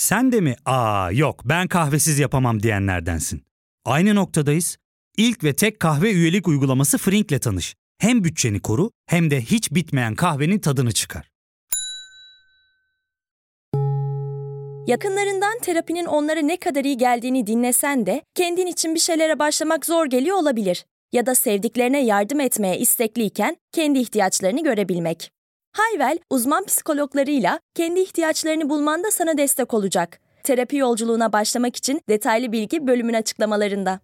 Sen de mi yok ben kahvesiz yapamam diyenlerdensin? Aynı noktadayız. İlk ve tek kahve üyelik uygulaması Frink'le tanış. Hem bütçeni koru hem de hiç bitmeyen kahvenin tadını çıkar. Yakınlarından terapinin onlara ne kadar iyi geldiğini dinlesen de kendin için bir şeylere başlamak zor geliyor olabilir. Ya da sevdiklerine yardım etmeye istekliyken kendi ihtiyaçlarını görebilmek. Hayvel, uzman psikologlarıyla kendi ihtiyaçlarını bulmanda sana destek olacak. Terapi yolculuğuna başlamak için detaylı bilgi bölümün açıklamalarında.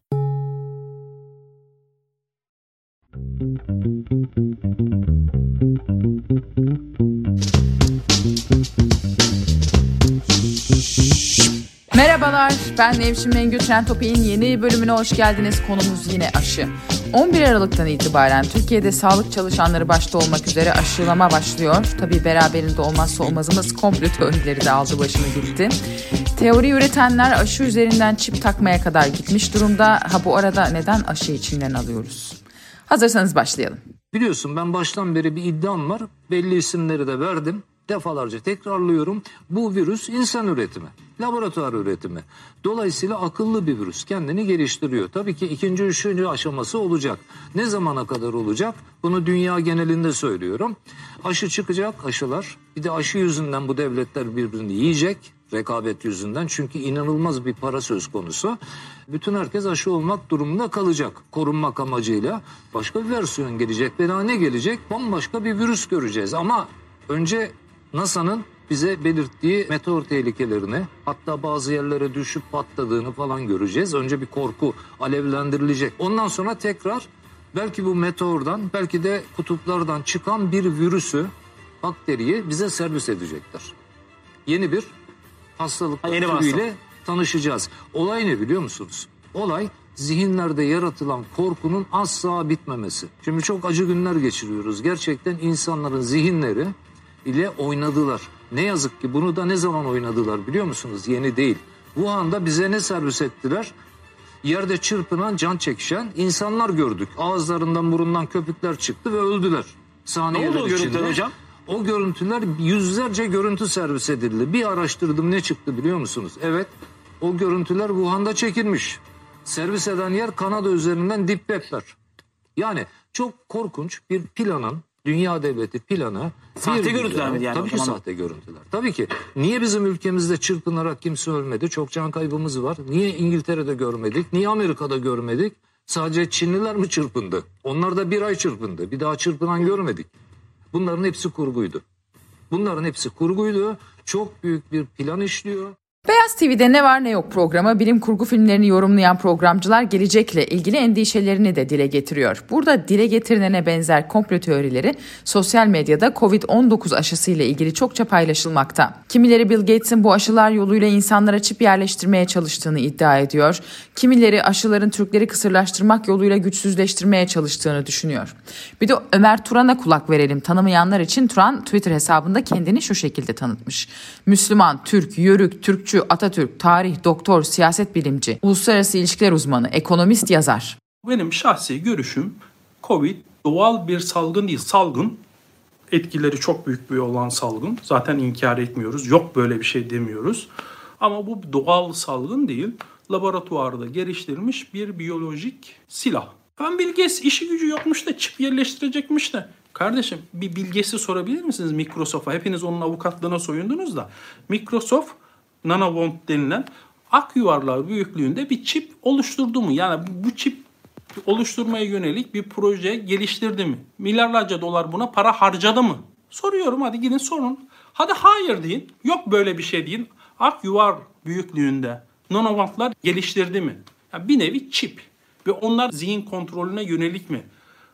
Merhabalar, ben Nevşin Mengü. Trend Topik'in yeni bölümüne hoş geldiniz. Konumuz yine aşı. 11 Aralık'tan itibaren Türkiye'de sağlık çalışanları başta olmak üzere aşılama başlıyor. Tabii beraberinde olmazsa olmazımız komplo teorileri de aldı başını gitti. Teori üretenler aşı üzerinden çip takmaya kadar gitmiş durumda. Bu arada neden aşı içinden alıyoruz? Hazırsanız başlayalım. Biliyorsun ben baştan beri bir iddiam var. Belli isimleri de verdim. Defalarca tekrarlıyorum. Bu virüs insan üretimi, laboratuvar üretimi. Dolayısıyla akıllı bir virüs kendini geliştiriyor. Tabii ki ikinci, üçüncü aşaması olacak. Ne zamana kadar olacak? Bunu dünya genelinde söylüyorum. Aşı çıkacak, aşılar. Bir de aşı yüzünden bu devletler birbirini yiyecek. Rekabet yüzünden. Çünkü inanılmaz bir para söz konusu. Bütün herkes aşı olmak durumunda kalacak. Korunmak amacıyla. Başka bir versiyon gelecek. Ve daha ne gelecek? Bambaşka bir virüs göreceğiz. Ama önce NASA'nın bize belirttiği meteor tehlikelerini, hatta bazı yerlere düşüp patladığını falan göreceğiz. Önce bir korku alevlendirilecek. Ondan sonra tekrar belki bu meteordan, belki de kutuplardan çıkan bir virüsü, bakteriyi bize servis edecekler. Yeni bir hastalık türüyle tanışacağız. Olay ne biliyor musunuz? Olay zihinlerde yaratılan korkunun asla bitmemesi. Şimdi çok acı günler geçiriyoruz. Gerçekten insanların zihinleri ile oynadılar. Ne yazık ki bunu da ne zaman oynadılar biliyor musunuz? Yeni değil. Wuhan'da bize ne servis ettiler? Yerde çırpınan, can çekişen insanlar gördük. Ağızlarından, burundan köpükler çıktı ve öldüler. Ne oldu o görüntüler hocam? O görüntüler, yüzlerce görüntü servis edildi. Bir araştırdım, ne çıktı biliyor musunuz? Evet, o görüntüler Wuhan'da çekilmiş. Servis eden yer Kanada üzerinden Deep Web'ler. Yani çok korkunç bir planın, dünya devleti planı. Sahte görüntüler mi yani? Tabii ki sahte görüntüler. Tabii ki. Niye bizim ülkemizde çırpınarak kimse ölmedi? Çok can kaybımız var. Niye İngiltere'de görmedik? Niye Amerika'da görmedik? Sadece Çinliler mi çırpındı? Onlar da bir ay çırpındı. Bir daha çırpınan görmedik. Bunların hepsi kurguydu. Bunların hepsi kurguydu. Çok büyük bir plan işliyor. Beyaz TV'de Ne Var Ne Yok programı bilim kurgu filmlerini yorumlayan programcılar gelecekle ilgili endişelerini de dile getiriyor. Burada dile getirilene benzer komplo teorileri sosyal medyada Covid-19 aşısı ile ilgili çokça paylaşılmakta. Kimileri Bill Gates'in bu aşılar yoluyla insanlara çip yerleştirmeye çalıştığını iddia ediyor. Kimileri aşıların Türkleri kısırlaştırmak yoluyla güçsüzleştirmeye çalıştığını düşünüyor. Bir de Ömer Turan'a kulak verelim. Tanımayanlar için Turan Twitter hesabında kendini şu şekilde tanıtmış. Müslüman, Türk, Yörük, Türkçü, Atatürk, tarih, doktor, siyaset bilimci, uluslararası ilişkiler uzmanı, ekonomist, yazar. Benim şahsi görüşüm Covid doğal bir salgın değil, salgın. Etkileri çok büyük bir olan salgın. Zaten inkar etmiyoruz. Yok böyle bir şey demiyoruz. Ama bu doğal salgın değil. Laboratuvarda geliştirilmiş bir biyolojik silah. Ben Bill Gates işi gücü yokmuş da çip yerleştirecekmiş de. Kardeşim bir Bill Gates'i sorabilir misiniz Microsoft'a? Hepiniz onun avukatlığına soyundunuz da. Microsoft Nanovont denilen ak yuvarlar büyüklüğünde bir çip oluşturdu mu? Yani bu çip oluşturmaya yönelik bir proje geliştirdi mi? Milyarlarca dolar buna para harcadı mı? Soruyorum, hadi gidin sorun. Hadi hayır deyin. Yok böyle bir şey deyin. Ak yuvar büyüklüğünde nanovontlar geliştirdi mi? Yani bir nevi çip. Ve onlar zihin kontrolüne yönelik mi?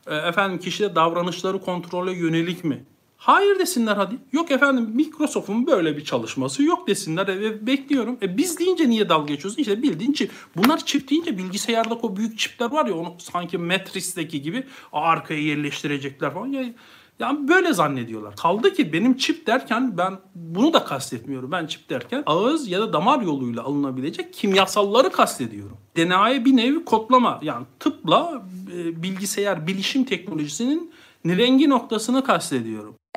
Kişide davranışları kontrole yönelik mi? Hayır desinler hadi. Yok efendim Microsoft'un böyle bir çalışması yok desinler. Bekliyorum. Biz deyince niye dalga geçiyorsun? İşte bildiğin çip. Bunlar çip deyince bilgisayardaki o büyük çipler var ya, onu sanki Matrix'teki gibi arkaya yerleştirecekler falan. Yani böyle zannediyorlar. Kaldı ki benim çip derken ben bunu da kastetmiyorum. Ben çip derken ağız ya da damar yoluyla alınabilecek kimyasalları kastediyorum. DNA'ya bir nevi kodlama, yani tıpla bilgisayar bilişim teknolojisinin rengi noktasını kastediyorum.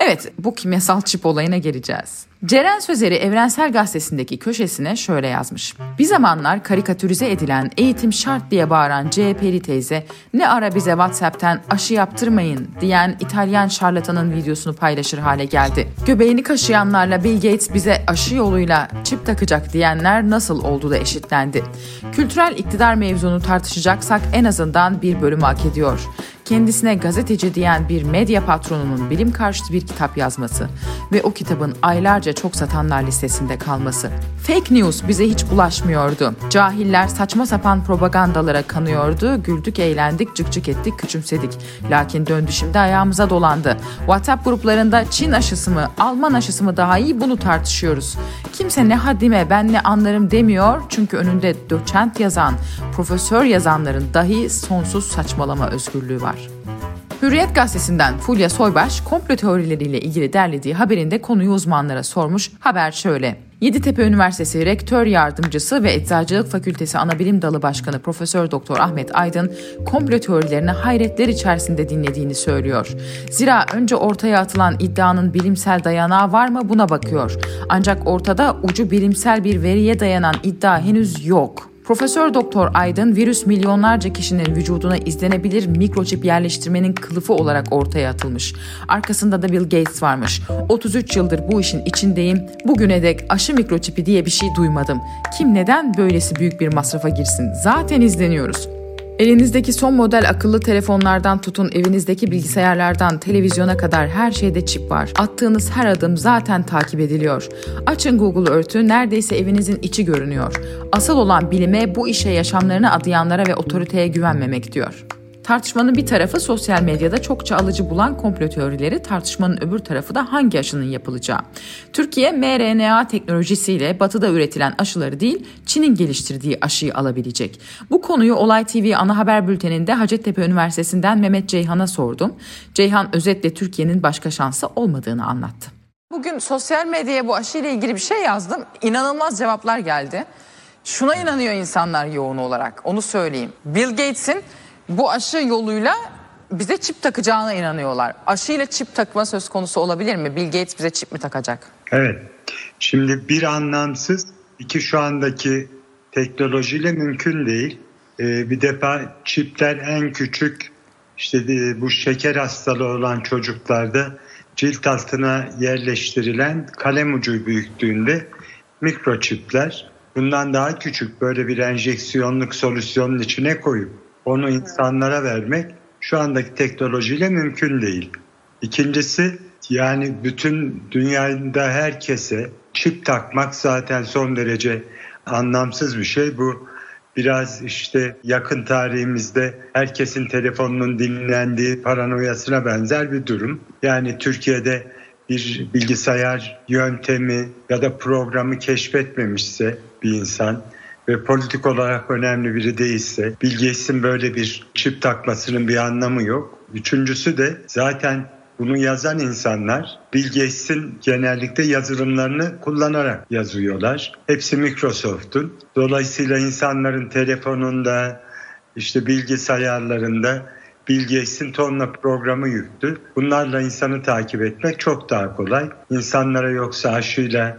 Evet, bu kimyasal çip olayına geleceğiz. Ceren Sözeri Evrensel Gazetesi'ndeki köşesine şöyle yazmış. Bir zamanlar karikatürize edilen, eğitim şart diye bağıran CHP'li teyze ne ara bize WhatsApp'ten aşı yaptırmayın diyen İtalyan şarlatanın videosunu paylaşır hale geldi. Göbeğini kaşıyanlarla Bill Gates bize aşı yoluyla çip takacak diyenler nasıl oldu da eşitlendi? Kültürel iktidar mevzunu tartışacaksak en azından bir bölüm hak ediyor. Kendisine gazeteci diyen bir medya patronunun bilim karşıtı bir kitap yazması ve o kitabın aylarca çok satanlar listesinde kalması. Fake news bize hiç bulaşmıyordu. Cahiller saçma sapan propagandalara kanıyordu. Güldük, eğlendik, cık ettik, küçümsedik. Lakin döndü şimdi ayağımıza dolandı. WhatsApp gruplarında Çin aşısı mı, Alman aşısı mı daha iyi, bunu tartışıyoruz. Kimse ne haddime, ben ne anlarım demiyor. Çünkü önünde doçent yazan, profesör yazanların dahi sonsuz saçmalama özgürlüğü var. Hürriyet gazetesinden Fulya Soybaş komplo teorileriyle ilgili derlediği haberinde konuyu uzmanlara sormuş. Haber şöyle. Yeditepe Üniversitesi Rektör Yardımcısı ve Eczacılık Fakültesi Anabilim Dalı Başkanı Profesör Doktor Ahmet Aydın komplo teorilerini hayretler içerisinde dinlediğini söylüyor. Zira önce ortaya atılan iddianın bilimsel dayanağı var mı buna bakıyor. Ancak ortada ucu bilimsel bir veriye dayanan iddia henüz yok. Profesör Doktor Aydın, virüs milyonlarca kişinin vücuduna izlenebilir mikroçip yerleştirmenin kılıfı olarak ortaya atılmış. Arkasında da Bill Gates varmış. 33 yıldır bu işin içindeyim. Bugüne dek aşı mikroçipi diye bir şey duymadım. Kim neden böylesi büyük bir masrafa girsin? Zaten izleniyoruz. Elinizdeki son model akıllı telefonlardan tutun evinizdeki bilgisayarlardan televizyona kadar her şeyde çip var. Attığınız her adım zaten takip ediliyor. Açın Google Earth'ü, neredeyse evinizin içi görünüyor. Asıl olan bilime, bu işe yaşamlarını adayanlara ve otoriteye güvenmemek diyor. Tartışmanın bir tarafı sosyal medyada çokça alıcı bulan komplo teorileri, tartışmanın öbür tarafı da hangi aşının yapılacağı. Türkiye mRNA teknolojisiyle Batı'da üretilen aşıları değil, Çin'in geliştirdiği aşıyı alabilecek. Bu konuyu Olay TV ana haber bülteninde Hacettepe Üniversitesi'nden Mehmet Ceyhan'a sordum. Ceyhan özetle Türkiye'nin başka şansı olmadığını anlattı. Bugün sosyal medyaya bu aşıyla ilgili bir şey yazdım. İnanılmaz cevaplar geldi. Şuna inanıyor insanlar yoğun olarak, onu söyleyeyim. Bill Gates'in bu aşı yoluyla bize çip takacağına inanıyorlar. Aşıyla çip takma söz konusu olabilir mi? Bill Gates bize çip mi takacak? Evet. Şimdi bir anlamsız, iki şu andaki teknolojiyle mümkün değil. Bir defa çipler en küçük, işte bu şeker hastalığı olan çocuklarda cilt altına yerleştirilen kalem ucu büyüklüğünde mikroçipler. Bundan daha küçük böyle bir enjeksiyonluk solüsyonun içine koyup onu insanlara vermek şu andaki teknolojiyle mümkün değil. İkincisi, yani bütün dünyada herkese çip takmak zaten son derece anlamsız bir şey. Bu biraz işte yakın tarihimizde herkesin telefonunun dinlendiği paranoyasına benzer bir durum. Yani Türkiye'de bir bilgisayar yöntemi ya da programı keşfetmemişse bir insan ve politik olarak önemli biri değilse, Bill Gates'in böyle bir çip takmasının bir anlamı yok. Üçüncüsü de zaten bunu yazan insanlar Bill Gates'in genellikle yazılımlarını kullanarak yazıyorlar. Hepsi Microsoft'un. Dolayısıyla insanların telefonunda, işte bilgisayarlarında Bill Gates'in tonla programı yüklü. Bunlarla insanı takip etmek çok daha kolay. İnsanlara yoksa aşıyla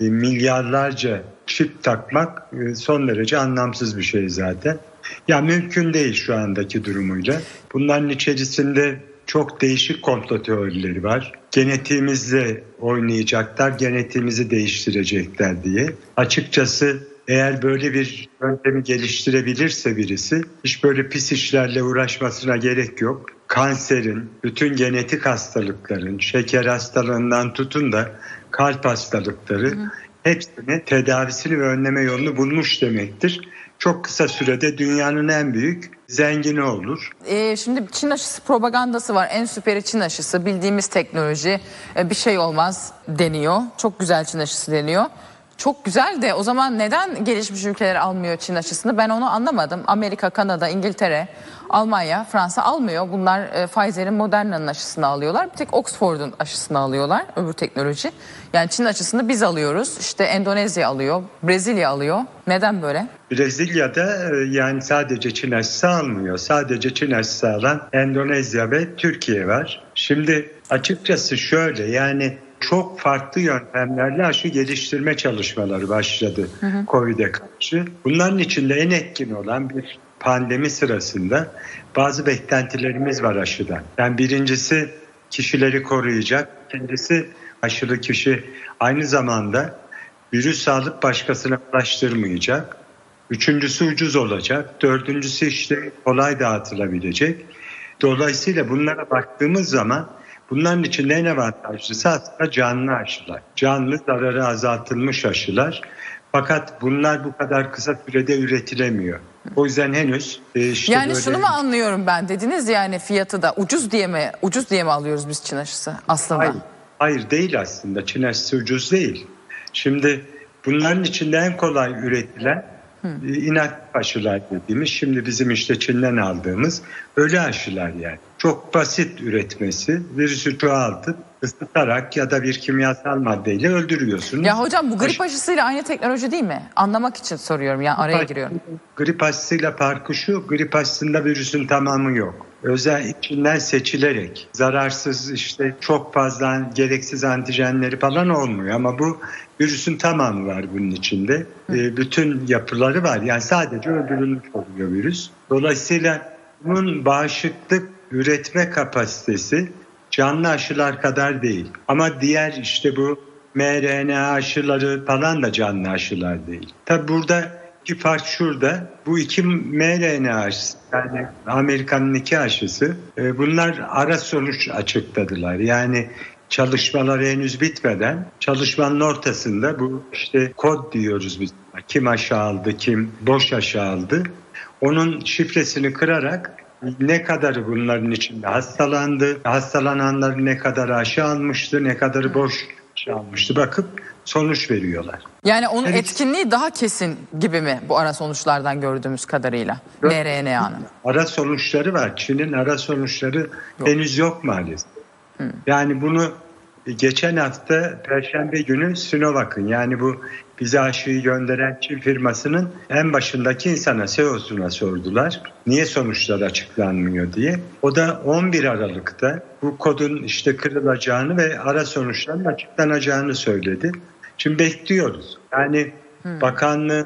milyarlarca çip takmak son derece anlamsız bir şey zaten. Ya mümkün değil şu andaki durumuyla. Bunların içerisinde çok değişik komplo teorileri var. Genetiğimizle oynayacaklar, genetiğimizi değiştirecekler diye. Açıkçası eğer böyle bir yöntemi geliştirebilirse birisi, hiç böyle pis işlerle uğraşmasına gerek yok. Kanserin, bütün genetik hastalıkların, şeker hastalığından tutun da kalp hastalıkları, hepsini tedavisini ve önleme yolunu bulmuş demektir. Çok kısa sürede dünyanın en büyük zengini olur. Şimdi Çin aşısı propagandası var. En süperi Çin aşısı. Bildiğimiz teknoloji, bir şey olmaz deniyor. Çok güzel Çin aşısı deniyor. Çok güzel de o zaman neden gelişmiş ülkeler almıyor Çin aşısını? Ben onu anlamadım. Amerika, Kanada, İngiltere, Almanya, Fransa almıyor. Bunlar Pfizer'in, Moderna'nın aşısını alıyorlar. Bir tek Oxford'un aşısını alıyorlar, öbür teknoloji. Yani Çin aşısını biz alıyoruz. İşte Endonezya alıyor, Brezilya alıyor. Neden böyle? Brezilya'da yani sadece Çin aşısı almıyor. Sadece Çin aşısı alan Endonezya ve Türkiye var. Şimdi açıkçası şöyle, yani çok farklı yöntemlerle aşı geliştirme çalışmaları başladı Covid'e karşı. Bunların içinde en etkin olan bir pandemi sırasında bazı beklentilerimiz var aşıdan. Yani birincisi kişileri koruyacak, ikincisi aşılı kişi aynı zamanda virüs alıp başkasına bulaştırmayacak. Üçüncüsü ucuz olacak. Dördüncüsü işte kolay dağıtılabilecek. Dolayısıyla bunlara baktığımız zaman bunların içinde en avantajlısı aslında canlı aşılar. Canlı, zararı azaltılmış aşılar. Fakat bunlar bu kadar kısa sürede üretilemiyor. O yüzden henüz yani böyle... Şunu mu anlıyorum ben, dediniz yani fiyatı da ucuz diye mi alıyoruz biz Çin aşısı aslında? Hayır değil aslında. Çin aşısı ucuz değil. Şimdi bunların içinde en kolay üretilen inaktif aşılar dediğimiz, şimdi bizim işte Çin'den aldığımız ölü aşılar yani. Çok basit üretmesi, virüsü çoğaltıp ısıtarak ya da bir kimyasal maddeyle öldürüyorsunuz. Ya hocam bu grip aşısıyla aynı teknoloji değil mi? Anlamak için soruyorum, yani araya giriyorum. Grip aşısıyla farkı şu, grip aşısında virüsün tamamı yok. Özel içinden seçilerek zararsız, işte çok fazla gereksiz antijenleri falan olmuyor ama bu virüsün tamamı var bunun içinde. Bütün yapıları var, yani sadece öldürülmüş oluyor virüs. Dolayısıyla bunun bağışıklık üretme kapasitesi canlı aşılar kadar değil. Ama diğer işte bu mRNA aşıları falan da canlı aşılar değil. Tabi buradaki fark şurada. Bu iki mRNA aşısı, yani Amerika'nın 2 aşısı, bunlar ara sonuç açıkladılar. Yani çalışmalar henüz bitmeden çalışmanın ortasında bu işte kod diyoruz biz. Kim aşı aldı, kim boş aşı aldı. Onun şifresini kırarak ne kadarı bunların içinde hastalandı, hastalananların ne kadarı aşı almıştı, ne kadarı boş aşı almıştı bakıp sonuç veriyorlar. Yani onun etkinliği daha kesin gibi mi bu ara sonuçlardan gördüğümüz kadarıyla mRNA'nın? Ara sonuçları var. Çin'in ara sonuçları henüz yok maalesef. Yani bunu geçen hafta Perşembe günü Sinovac'ın, yani bu bize aşıyı gönderen Çin firmasının en başındaki insana, CEO'suna sordular. Niye sonuçlar açıklanmıyor diye. O da 11 Aralık'ta bu kodun işte kırılacağını ve ara sonuçların açıklanacağını söyledi. Şimdi bekliyoruz. Yani bakanlığın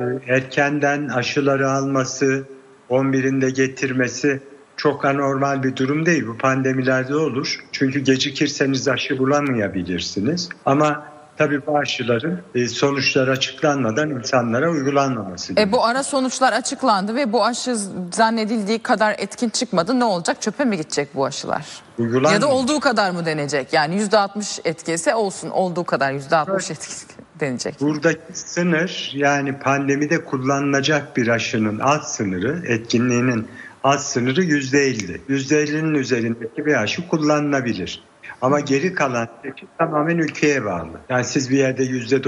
erkenden aşıları alması, 11'inde getirmesi çok anormal bir durum değil. Bu pandemilerde olur. Çünkü gecikirseniz aşı bulamayabilirsiniz. Ama tabii bu aşıların sonuçları açıklanmadan insanlara uygulanmaması gerekiyor. Bu ara sonuçlar açıklandı ve bu aşı zannedildiği kadar etkin çıkmadı. Ne olacak? Çöpe mi gidecek bu aşılar? Ya da olduğu kadar mı denecek? Yani %60 etkisi olsun, olduğu kadar %60 etkisi denecek. Buradaki sınır, yani pandemide kullanılacak bir aşının alt sınırı, etkinliğinin alt sınırı %50. %50'nin üzerindeki bir aşı kullanılabilir. Ama geri kalan tamamen ülkeye bağlı. Yani siz bir yerde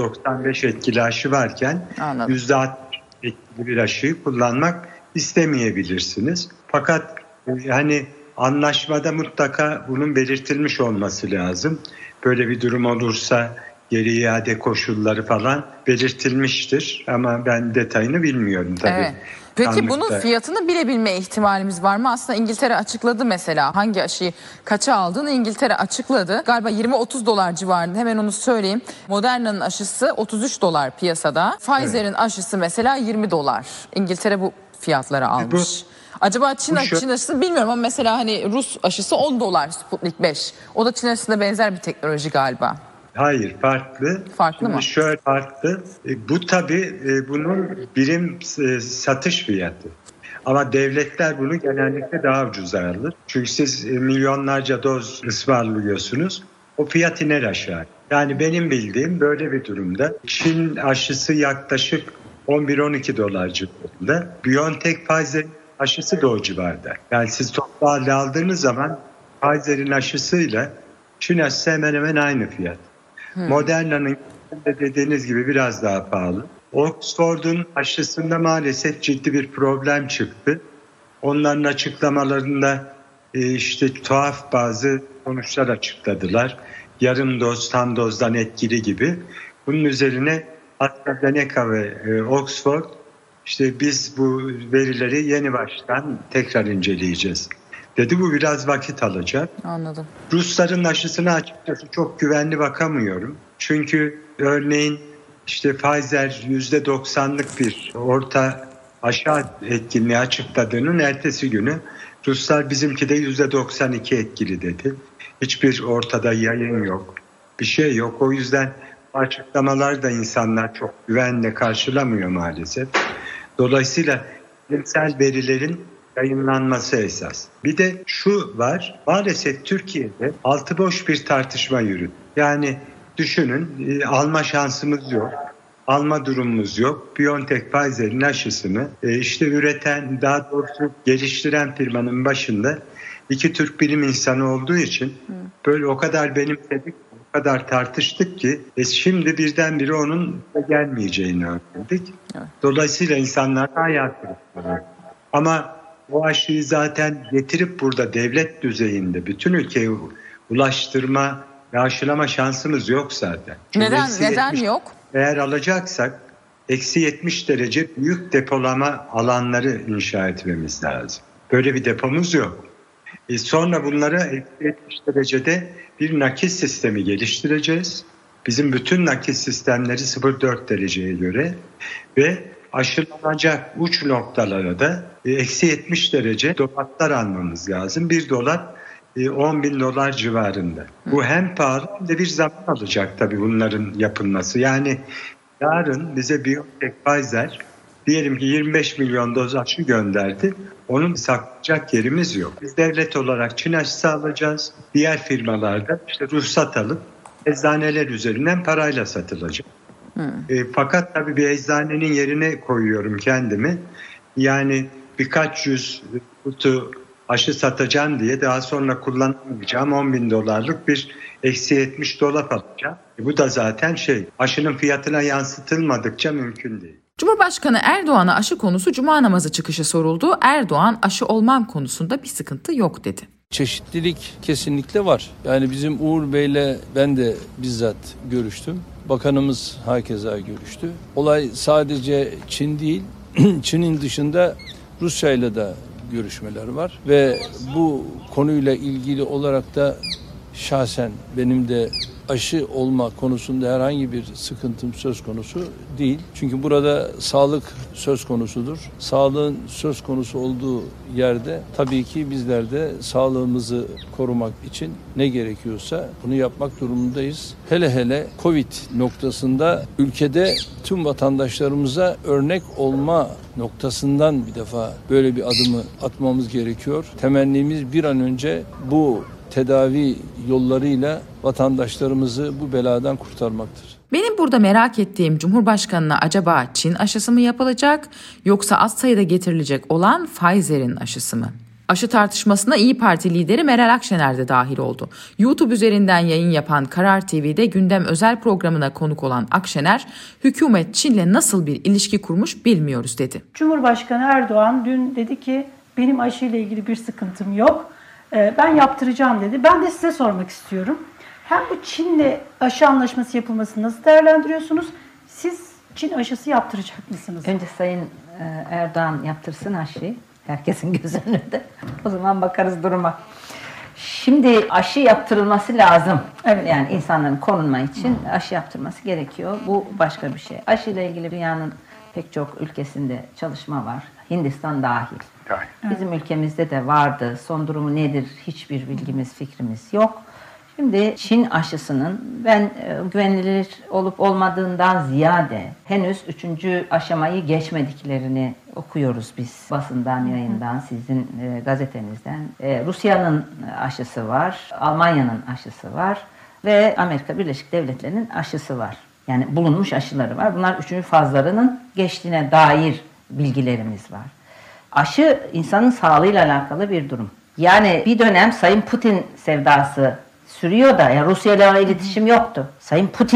%95 etkili aşı varken %60 etkili bir aşıyı kullanmak istemeyebilirsiniz. Fakat hani anlaşmada mutlaka bunun belirtilmiş olması lazım. Böyle bir durum olursa geri iade koşulları falan belirtilmiştir. Ama ben detayını bilmiyorum tabii. Evet. Peki bunun fiyatını bilebilme ihtimalimiz var mı? Aslında İngiltere açıkladı mesela. Hangi aşıyı kaça aldığını İngiltere açıkladı. Galiba 20-30 dolar civarında, hemen onu söyleyeyim. Moderna'nın aşısı 33 dolar piyasada. Pfizer'in aşısı mesela 20 dolar. İngiltere bu fiyatlara almış. Acaba Çin aşısı bilmiyorum ama mesela hani Rus aşısı 10 dolar Sputnik 5. O da Çin aşısına benzer bir teknoloji galiba. Hayır, farklı. Farklı mı? Şöyle farklı. Bu tabii bunun birim satış fiyatı. Ama devletler bunu genellikle daha ucuza alır. Çünkü siz milyonlarca doz ısmarlıyorsunuz. O fiyat iner aşağı. Yani benim bildiğim böyle bir durumda Çin aşısı yaklaşık 11-12 dolar civarında. BioNTech Pfizer aşısı da o civarda. Yani siz toplu halde aldığınız zaman Pfizer'in aşısıyla Çin aşısı hemen hemen aynı fiyat. Moderna'nın dediğiniz gibi biraz daha pahalı. Oxford'un aşısında maalesef ciddi bir problem çıktı. Onların açıklamalarında işte tuhaf bazı sonuçlar açıkladılar. Yarım doz, tam dozdan etkili gibi. Bunun üzerine AstraZeneca ve Oxford işte biz bu verileri yeni baştan tekrar inceleyeceğiz dedi. Bu biraz vakit alacak. Anladım. Rusların aşısına açıkçası çok güvenli bakamıyorum. Çünkü örneğin işte Pfizer %90'lık bir orta aşı etkinliği açıkladığının ertesi günü Ruslar bizimki de %92 etkili dedi. Hiçbir ortada yayın yok. Bir şey yok. O yüzden açıklamalar da insanlar çok güvenle karşılamıyor maalesef. Dolayısıyla bilimsel verilerin yayınlanması esas. Bir de şu var, maalesef Türkiye'de altı boş bir tartışma yürüdü. Yani düşünün, alma şansımız yok, alma durumumuz yok. BioNTech Pfizer'in aşısını işte üreten, daha doğrusu geliştiren firmanın başında 2 Türk bilim insanı olduğu için böyle o kadar benimsedik, o kadar tartıştık ki şimdi birdenbire onun gelmeyeceğini öğrendik. Dolayısıyla insanlar hayatı. Ama o aşıyı zaten getirip burada devlet düzeyinde bütün ülkeye ulaştırma ve aşılama şansımız yok zaten. Neden yok? Eğer alacaksak -70 derece büyük depolama alanları inşa etmemiz lazım. Böyle bir depomuz yok. Sonra bunlara -70 derecede bir nakil sistemi geliştireceğiz. Bizim bütün nakil sistemleri 0,4 dereceye göre ve aşılanacak uç noktalara da -70 derece dolatlar almamız lazım. $1 $10.000 civarında. Bu hem pahalı hem de bir zaman alacak tabii bunların yapılması. Yani yarın bize BioNTech Pfizer diyelim ki 25 milyon doz aşı gönderdi. Onun saklayacak yerimiz yok. Biz devlet olarak Çin aşısı alacağız. Diğer firmalarda işte ruhsat alıp eczaneler üzerinden parayla satılacak. Fakat tabii bir eczanenin yerine koyuyorum kendimi. Yani birkaç yüz kutu aşı satacağım diye daha sonra kullanamayacağım $10.000 bir -70 dolap alacağım. Bu da zaten aşının fiyatına yansıtılmadıkça mümkün değil. Cumhurbaşkanı Erdoğan'a aşı konusu Cuma namazı çıkışı soruldu. Erdoğan aşı olmam konusunda bir sıkıntı yok dedi. Çeşitlilik kesinlikle var. Yani bizim Uğur Bey'le ben de bizzat görüştüm. Bakanımız hakeza görüştü. Olay sadece Çin değil, Çin'in dışında Rusya'yla da görüşmeler var. Ve bu konuyla ilgili olarak da şahsen benim de aşı olma konusunda herhangi bir sıkıntım söz konusu değil. Çünkü burada sağlık söz konusudur. Sağlığın söz konusu olduğu yerde tabii ki bizler de sağlığımızı korumak için ne gerekiyorsa bunu yapmak durumundayız. Hele hele Covid noktasında ülkede tüm vatandaşlarımıza örnek olma noktasından bir defa böyle bir adımı atmamız gerekiyor. Temennimiz bir an önce bu tedavi yollarıyla vatandaşlarımızı bu beladan kurtarmaktır. Benim burada merak ettiğim Cumhurbaşkanı'na acaba Çin aşısı mı yapılacak yoksa az sayıda getirilecek olan Pfizer'in aşısı mı? Aşı tartışmasına İYİ Parti lideri Meral Akşener de dahil oldu. YouTube üzerinden yayın yapan Karar TV'de gündem özel programına konuk olan Akşener, hükümet Çin'le nasıl bir ilişki kurmuş bilmiyoruz dedi. Cumhurbaşkanı Erdoğan dün dedi ki benim aşıyla ilgili bir sıkıntım yok. Ben yaptıracağım dedi. Ben de size sormak istiyorum. Hem bu Çin'le aşı anlaşması yapılmasını nasıl değerlendiriyorsunuz? Siz Çin aşısı yaptıracak mısınız? Önce Sayın Erdoğan yaptırsın aşıyı. Herkesin göz önünde. O zaman bakarız duruma. Şimdi aşı yaptırılması lazım. Evet. Yani insanların korunma için aşı yaptırması gerekiyor. Bu başka bir şey. Aşıyla ilgili dünyanın pek çok ülkesinde çalışma var. Hindistan dahil. Bizim ülkemizde de vardı. Son durumu nedir? Hiçbir bilgimiz, fikrimiz yok. Şimdi Çin aşısının ben güvenilir olup olmadığından ziyade henüz 3. aşamayı geçmediklerini okuyoruz biz. Basından, yayından, sizin gazetenizden. Rusya'nın aşısı var, Almanya'nın aşısı var ve Amerika Birleşik Devletleri'nin aşısı var. Yani bulunmuş aşıları var. Bunlar 3. fazlarının geçtiğine dair bilgilerimiz var. Aşı insanın sağlığıyla alakalı bir durum. Yani bir dönem Sayın Putin sevdası sürüyor da yani Rusya ile iletişim yoktu. Sayın Putin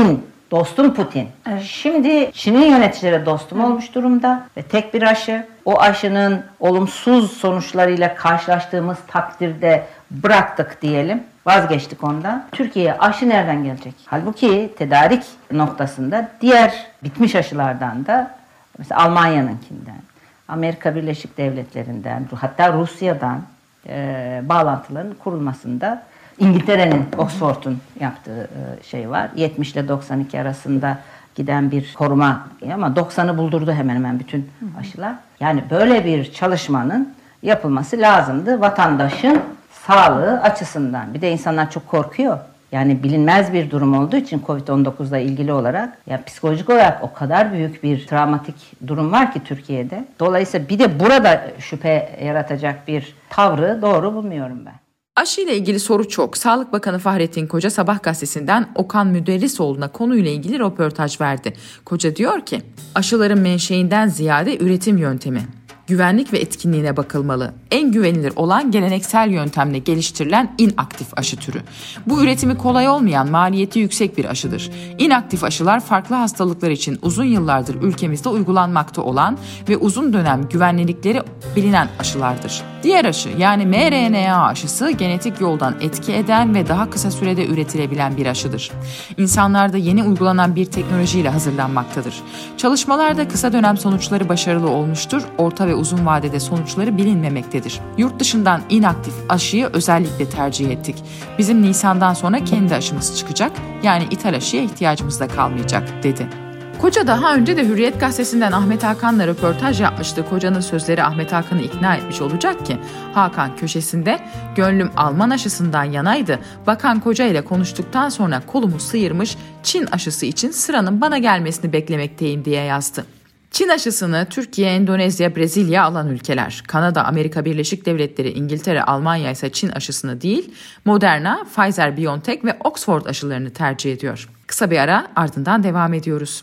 Dostum Putin. Evet. Şimdi Çin'in yöneticileri dostum olmuş durumda ve tek bir aşı. O aşının olumsuz sonuçlarıyla karşılaştığımız takdirde bıraktık diyelim. Vazgeçtik ondan. Türkiye'ye aşı nereden gelecek? Halbuki tedarik noktasında diğer bitmiş aşılardan da mesela Almanya'nınkinden, Amerika Birleşik Devletleri'nden, hatta Rusya'dan bağlantıların kurulmasında İngiltere'nin, Oxford'un yaptığı şey var. 70 ile 92 arasında giden bir koruma ama 90'ı buldurdu hemen hemen bütün aşılar. Yani böyle bir çalışmanın yapılması lazımdı vatandaşın sağlığı açısından. Bir de insanlar çok korkuyor. Yani bilinmez bir durum olduğu için Covid-19'la ilgili olarak yani psikolojik olarak o kadar büyük bir travmatik durum var ki Türkiye'de. Dolayısıyla bir de burada şüphe yaratacak bir tavrı doğru bulmuyorum ben. Aşı ile ilgili soru çok. Sağlık Bakanı Fahrettin Koca Sabah gazetesinden Okan Müderrisoğlu'na konuyla ilgili röportaj verdi. Koca diyor ki, aşıların menşeinden ziyade üretim yöntemi, güvenlik ve etkinliğine bakılmalı. En güvenilir olan geleneksel yöntemle geliştirilen inaktif aşı türü. Bu üretimi kolay olmayan, maliyeti yüksek bir aşıdır. İnaktif aşılar farklı hastalıklar için uzun yıllardır ülkemizde uygulanmakta olan ve uzun dönem güvenlilikleri bilinen aşılardır. Diğer aşı yani mRNA aşısı genetik yoldan etki eden ve daha kısa sürede üretilebilen bir aşıdır. İnsanlarda yeni uygulanan bir teknolojiyle hazırlanmaktadır. Çalışmalarda kısa dönem sonuçları başarılı olmuştur, orta ve uzun vadede sonuçları bilinmemektedir. Yurt dışından inaktif aşıyı özellikle tercih ettik. Bizim Nisan'dan sonra kendi aşımız çıkacak, yani ithal aşıya ihtiyacımız da kalmayacak, dedi. Koca daha önce de Hürriyet gazetesinden Ahmet Hakan'la röportaj yapmıştı. Koca'nın sözleri Ahmet Hakan'ı ikna etmiş olacak ki Hakan köşesinde "Gönlüm Alman aşısından yanaydı. Bakan Koca ile konuştuktan sonra kolumu sıyırmış, Çin aşısı için sıranın bana gelmesini beklemekteyim" diye yazdı. Çin aşısını Türkiye, Endonezya, Brezilya alan ülkeler. Kanada, Amerika Birleşik Devletleri, İngiltere, Almanya ise Çin aşısını değil, Moderna, Pfizer-BioNTech ve Oxford aşılarını tercih ediyor. Kısa bir ara, ardından devam ediyoruz.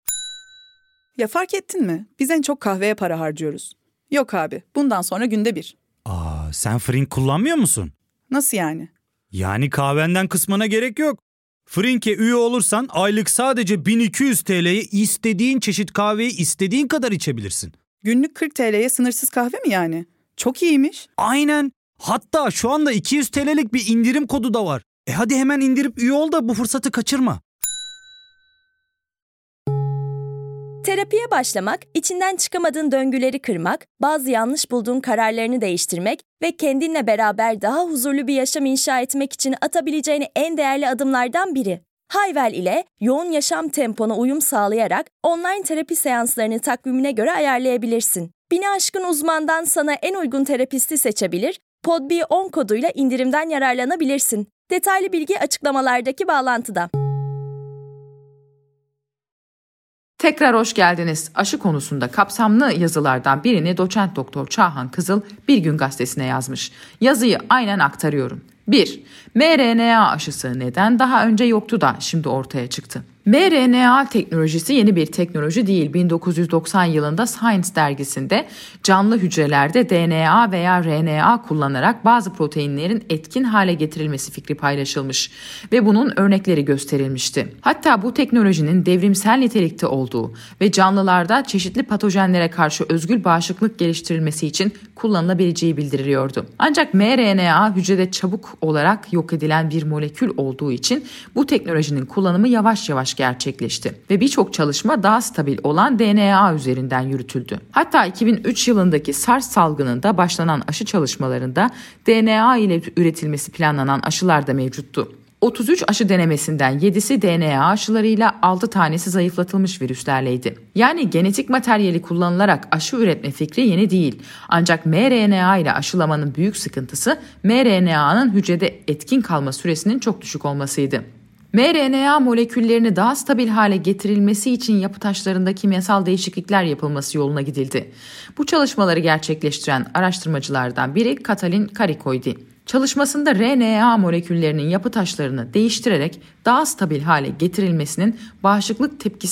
Ya fark ettin mi? Biz en çok kahveye para harcıyoruz. Yok abi, bundan sonra günde bir. Sen Frink kullanmıyor musun? Nasıl yani? Yani kahvenden kısmına gerek yok. Frink'e üye olursan aylık sadece 1200 TL'ye istediğin çeşit kahveyi istediğin kadar içebilirsin. Günlük 40 TL'ye sınırsız kahve mi yani? Çok iyiymiş. Aynen. Hatta şu anda 200 TL'lik bir indirim kodu da var. Hadi hemen indirip üye ol da bu fırsatı kaçırma. Terapiye başlamak, içinden çıkamadığın döngüleri kırmak, bazı yanlış bulduğun kararlarını değiştirmek ve kendinle beraber daha huzurlu bir yaşam inşa etmek için atabileceğin en değerli adımlardan biri. Hayvel ile yoğun yaşam tempona uyum sağlayarak online terapi seanslarını takvimine göre ayarlayabilirsin. 1000'i aşkın uzmandan sana en uygun terapisti seçebilir, PODB10 koduyla indirimden yararlanabilirsin. Detaylı bilgi açıklamalardaki bağlantıda. Tekrar hoş geldiniz. Aşı konusunda kapsamlı yazılardan birini doçent doktor Çağhan Kızıl Bir Gün gazetesine yazmış. Yazıyı aynen aktarıyorum. 1. mRNA aşısı neden daha önce yoktu da şimdi ortaya çıktı? mRNA teknolojisi yeni bir teknoloji değil. 1990 yılında Science dergisinde canlı hücrelerde DNA veya RNA kullanarak bazı proteinlerin etkin hale getirilmesi fikri paylaşılmış ve bunun örnekleri gösterilmişti. Hatta bu teknolojinin devrimsel nitelikte olduğu ve canlılarda çeşitli patojenlere karşı özgül bağışıklık geliştirilmesi için kullanılabileceği bildiriliyordu. Ancak mRNA hücrede çabuk olarak yok edilen bir molekül olduğu için bu teknolojinin kullanımı yavaş yavaş gerçekleşti ve birçok çalışma daha stabil olan DNA üzerinden yürütüldü. Hatta 2003 yılındaki SARS salgınında başlanan aşı çalışmalarında DNA ile üretilmesi planlanan aşılar da mevcuttu. 33 aşı denemesinden 7'si DNA aşılarıyla 6 tanesi zayıflatılmış virüslerleydi. Yani genetik materyali kullanılarak aşı üretme fikri yeni değil. Ancak mRNA ile aşılamanın büyük sıkıntısı mRNA'nın hücrede etkin kalma süresinin çok düşük olmasıydı. mRNA moleküllerini daha stabil hale getirilmesi için yapı taşlarında kimyasal değişiklikler yapılması yoluna gidildi. Bu çalışmaları gerçekleştiren araştırmacılardan biri Katalin Karikoy'di. Çalışmasında RNA moleküllerinin yapı taşlarını değiştirerek daha stabil hale getirilmesinin bağışıklık tepkisini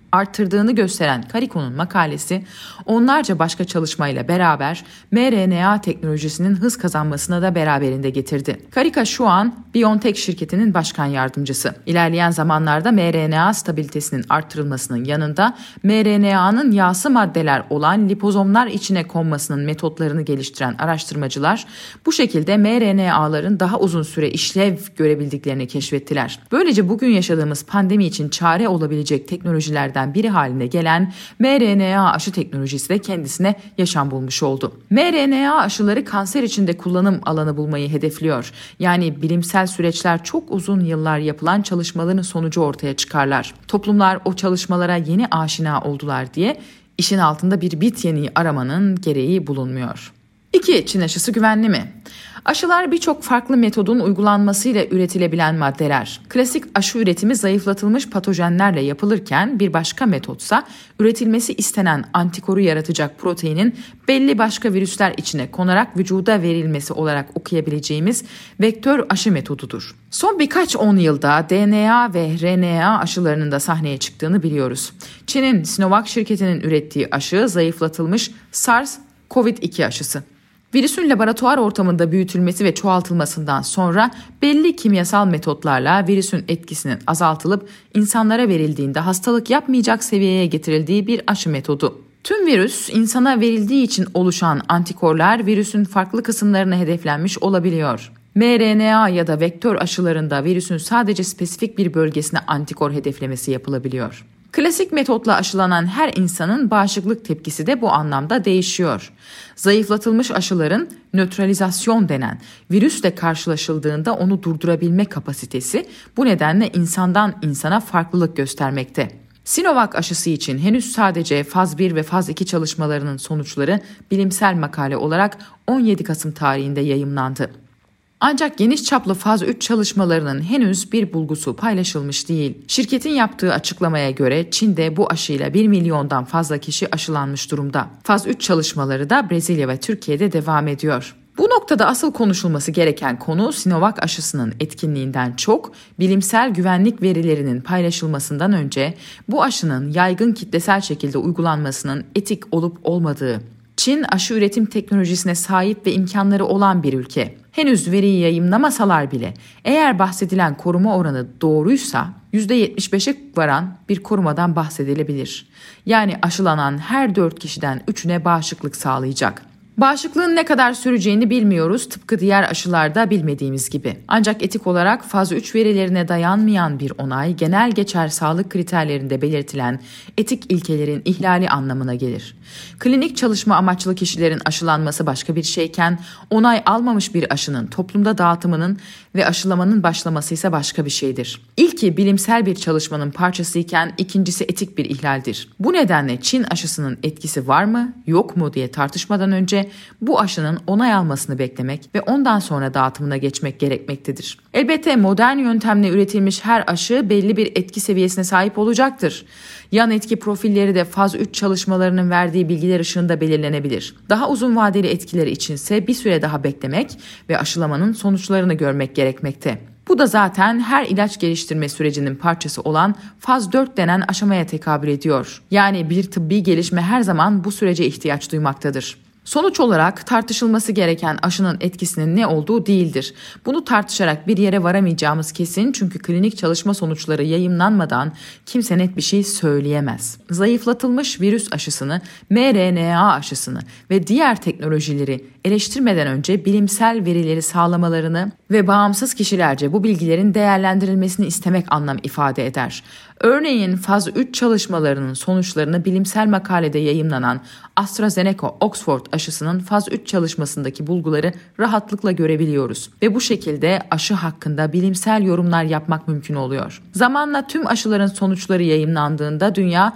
arttırdığını gösteren Kariko'nun makalesi onlarca başka çalışmayla beraber mRNA teknolojisinin hız kazanmasına da beraberinde getirdi. Kariko şu an BioNTech şirketinin başkan yardımcısı. İlerleyen zamanlarda mRNA stabilitesinin arttırılmasının yanında mRNA'nın yağsı maddeler olan lipozomlar içine konmasının metotlarını geliştiren araştırmacılar bu şekilde mRNA'ların daha uzun süre işlev görebildiklerini keşfettiler. Böylece bugün yaşadığımız pandemi için çare olabilecek teknolojilerden biri haline gelen mRNA aşı teknolojisi de kendisine yaşam bulmuş oldu. mRNA aşıları kanser içinde kullanım alanı bulmayı hedefliyor. Yani bilimsel süreçler çok uzun yıllar yapılan çalışmaların sonucu ortaya çıkarlar. Toplumlar o çalışmalara yeni aşina oldular diye işin altında bir bit yeniği aramanın gereği bulunmuyor. 2. Çin aşısı güvenli mi? Aşılar birçok farklı metodun uygulanmasıyla üretilebilen maddeler. Klasik aşı üretimi zayıflatılmış patojenlerle yapılırken bir başka metotsa üretilmesi istenen antikoru yaratacak proteinin belli başka virüsler içine konarak vücuda verilmesi olarak okuyabileceğimiz vektör aşı metodudur. Son birkaç 10 yılda DNA ve RNA aşılarının da sahneye çıktığını biliyoruz. Çin'in Sinovac şirketinin ürettiği aşı zayıflatılmış SARS-CoV-2 aşısı. Virüsün laboratuvar ortamında büyütülmesi ve çoğaltılmasından sonra belli kimyasal metotlarla virüsün etkisinin azaltılıp insanlara verildiğinde hastalık yapmayacak seviyeye getirildiği bir aşı metodu. Tüm virüs insana verildiği için oluşan antikorlar virüsün farklı kısımlarına hedeflenmiş olabiliyor. mRNA ya da vektör aşılarında virüsün sadece spesifik bir bölgesine antikor hedeflemesi yapılabiliyor. Klasik metotla aşılanan her insanın bağışıklık tepkisi de bu anlamda değişiyor. Zayıflatılmış aşıların nötralizasyon denen virüsle karşılaşıldığında onu durdurabilme kapasitesi bu nedenle insandan insana farklılık göstermekte. Sinovac aşısı için henüz sadece faz 1 ve faz 2 çalışmalarının sonuçları bilimsel makale olarak 17 Kasım tarihinde yayımlandı. Ancak geniş çaplı faz 3 çalışmalarının henüz bir bulgusu paylaşılmış değil. Şirketin yaptığı açıklamaya göre Çin'de bu aşıyla 1 milyondan fazla kişi aşılanmış durumda. Faz 3 çalışmaları da Brezilya ve Türkiye'de devam ediyor. Bu noktada asıl konuşulması gereken konu Sinovac aşısının etkinliğinden çok bilimsel güvenlik verilerinin paylaşılmasından önce bu aşının yaygın kitlesel şekilde uygulanmasının etik olup olmadığı. Çin aşı üretim teknolojisine sahip ve imkanları olan bir ülke. Henüz veriyi yayımlamasalar bile eğer bahsedilen koruma oranı doğruysa %75'e varan bir korumadan bahsedilebilir. Yani aşılanan her 4 kişiden 3'üne bağışıklık sağlayacak. Bağışıklığın ne kadar süreceğini bilmiyoruz, tıpkı diğer aşılarda bilmediğimiz gibi. Ancak etik olarak faz 3 verilerine dayanmayan bir onay, genel geçer sağlık kriterlerinde belirtilen etik ilkelerin ihlali anlamına gelir. Klinik çalışma amaçlı kişilerin aşılanması başka bir şeyken, onay almamış bir aşının toplumda dağıtımının ve aşılamanın başlaması ise başka bir şeydir. İlki bilimsel bir çalışmanın parçasıyken ikincisi etik bir ihlaldir. Bu nedenle Çin aşısının etkisi var mı, yok mu diye tartışmadan önce bu aşının onay almasını beklemek ve ondan sonra dağıtımına geçmek gerekmektedir. Elbette modern yöntemle üretilmiş her aşı belli bir etki seviyesine sahip olacaktır. Yan etki profilleri de faz 3 çalışmalarının verdiği bilgiler ışığında belirlenebilir. Daha uzun vadeli etkileri içinse bir süre daha beklemek ve aşılamanın sonuçlarını görmek gerekmekte. Bu da zaten her ilaç geliştirme sürecinin parçası olan faz 4 denen aşamaya tekabül ediyor. Yani bir tıbbi gelişme her zaman bu sürece ihtiyaç duymaktadır. Sonuç olarak tartışılması gereken aşının etkisinin ne olduğu değildir. Bunu tartışarak bir yere varamayacağımız kesin, çünkü klinik çalışma sonuçları yayımlanmadan kimse net bir şey söyleyemez. Zayıflatılmış virüs aşısını, mRNA aşısını ve diğer teknolojileri eleştirmeden önce bilimsel verileri sağlamalarını ve bağımsız kişilerce bu bilgilerin değerlendirilmesini istemek anlam ifade eder. Örneğin faz 3 çalışmalarının sonuçlarını bilimsel makalede yayımlanan AstraZeneca-Oxford aşısının faz 3 çalışmasındaki bulguları rahatlıkla görebiliyoruz ve bu şekilde aşı hakkında bilimsel yorumlar yapmak mümkün oluyor. Zamanla tüm aşıların sonuçları yayımlandığında dünya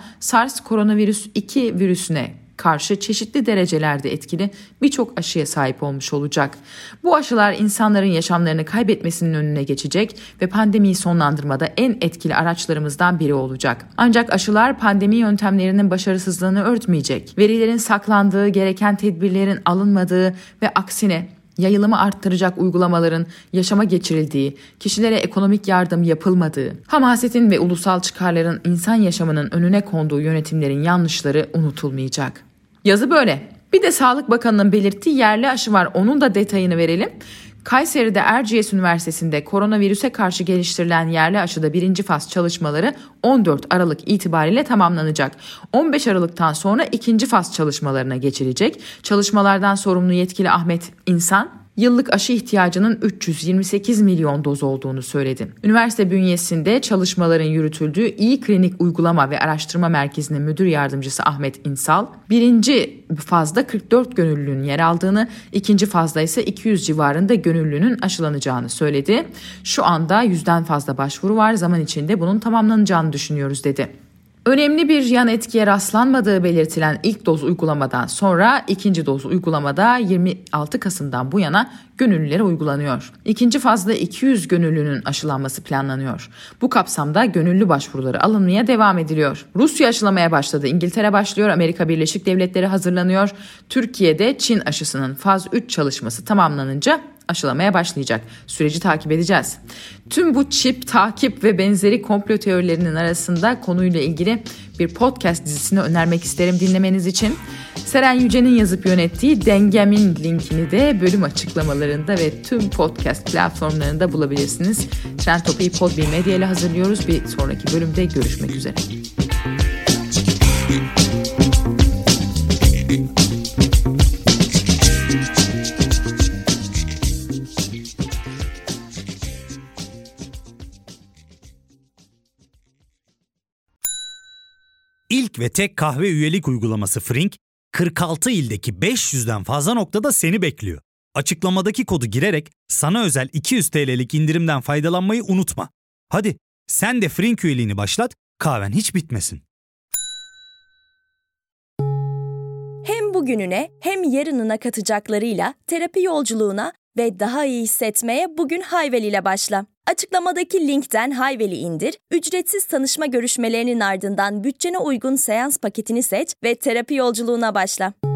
SARS-CoV-2 virüsüne karşı çeşitli derecelerde etkili birçok aşıya sahip olmuş olacak. Bu aşılar insanların yaşamlarını kaybetmesinin önüne geçecek ve pandemiyi sonlandırmada en etkili araçlarımızdan biri olacak. Ancak aşılar pandemi yöntemlerinin başarısızlığını örtmeyecek. Verilerin saklandığı, gereken tedbirlerin alınmadığı ve aksine yayılımı arttıracak uygulamaların yaşama geçirildiği, kişilere ekonomik yardım yapılmadığı, hamasetin ve ulusal çıkarların insan yaşamının önüne konduğu yönetimlerin yanlışları unutulmayacak. Yazı böyle. Bir de Sağlık Bakanı'nın belirttiği yerli aşı var. Onun da detayını verelim. Kayseri'de Erciyes Üniversitesi'nde koronavirüse karşı geliştirilen yerli aşıda 1. faz çalışmaları 14 Aralık itibariyle tamamlanacak. 15 Aralık'tan sonra 2. faz çalışmalarına geçilecek. Çalışmalardan sorumlu yetkili Ahmet İnsan, yıllık aşı ihtiyacının 328 milyon doz olduğunu söyledi. Üniversite bünyesinde çalışmaların yürütüldüğü İyi Klinik Uygulama ve Araştırma Merkezi'nin müdür yardımcısı Ahmet İnsal, 1. fazda 44 gönüllünün yer aldığını, 2. fazda ise 200 civarında gönüllünün aşılanacağını söyledi. Şu anda 100'den fazla başvuru var, zaman içinde bunun tamamlanacağını düşünüyoruz dedi. Önemli bir yan etkiye rastlanmadığı belirtilen ilk doz uygulamadan sonra ikinci doz uygulamada 26 Kasım'dan bu yana gönüllülere uygulanıyor. İkinci fazda 200 gönüllünün aşılanması planlanıyor. Bu kapsamda gönüllü başvuruları alınmaya devam ediliyor. Rusya aşılamaya başladı, İngiltere başlıyor, Amerika Birleşik Devletleri hazırlanıyor. Türkiye'de Çin aşısının faz 3 çalışması tamamlanınca aşılamaya başlayacak. Süreci takip edeceğiz. Tüm bu çip, takip ve benzeri komplo teorilerinin arasında konuyla ilgili bir podcast dizisini önermek isterim dinlemeniz için. Seren Yüce'nin yazıp yönettiği Dengem'in linkini de bölüm açıklamalarında ve tüm podcast platformlarında bulabilirsiniz. Trend Topi'yi Podbi Medya ile hazırlıyoruz. Bir sonraki bölümde görüşmek üzere. İlk ve tek kahve üyelik uygulaması Frink, 46 ildeki 500'den fazla noktada seni bekliyor. Açıklamadaki kodu girerek sana özel 200 TL'lik indirimden faydalanmayı unutma. Hadi sen de Frink üyeliğini başlat, kahven hiç bitmesin. Hem bugününe hem yarınına katacaklarıyla terapi yolculuğuna ve daha iyi hissetmeye bugün Hayvel ile başla. Açıklamadaki linkten Hayvel'i indir, ücretsiz tanışma görüşmelerinin ardından bütçene uygun seans paketini seç ve terapi yolculuğuna başla.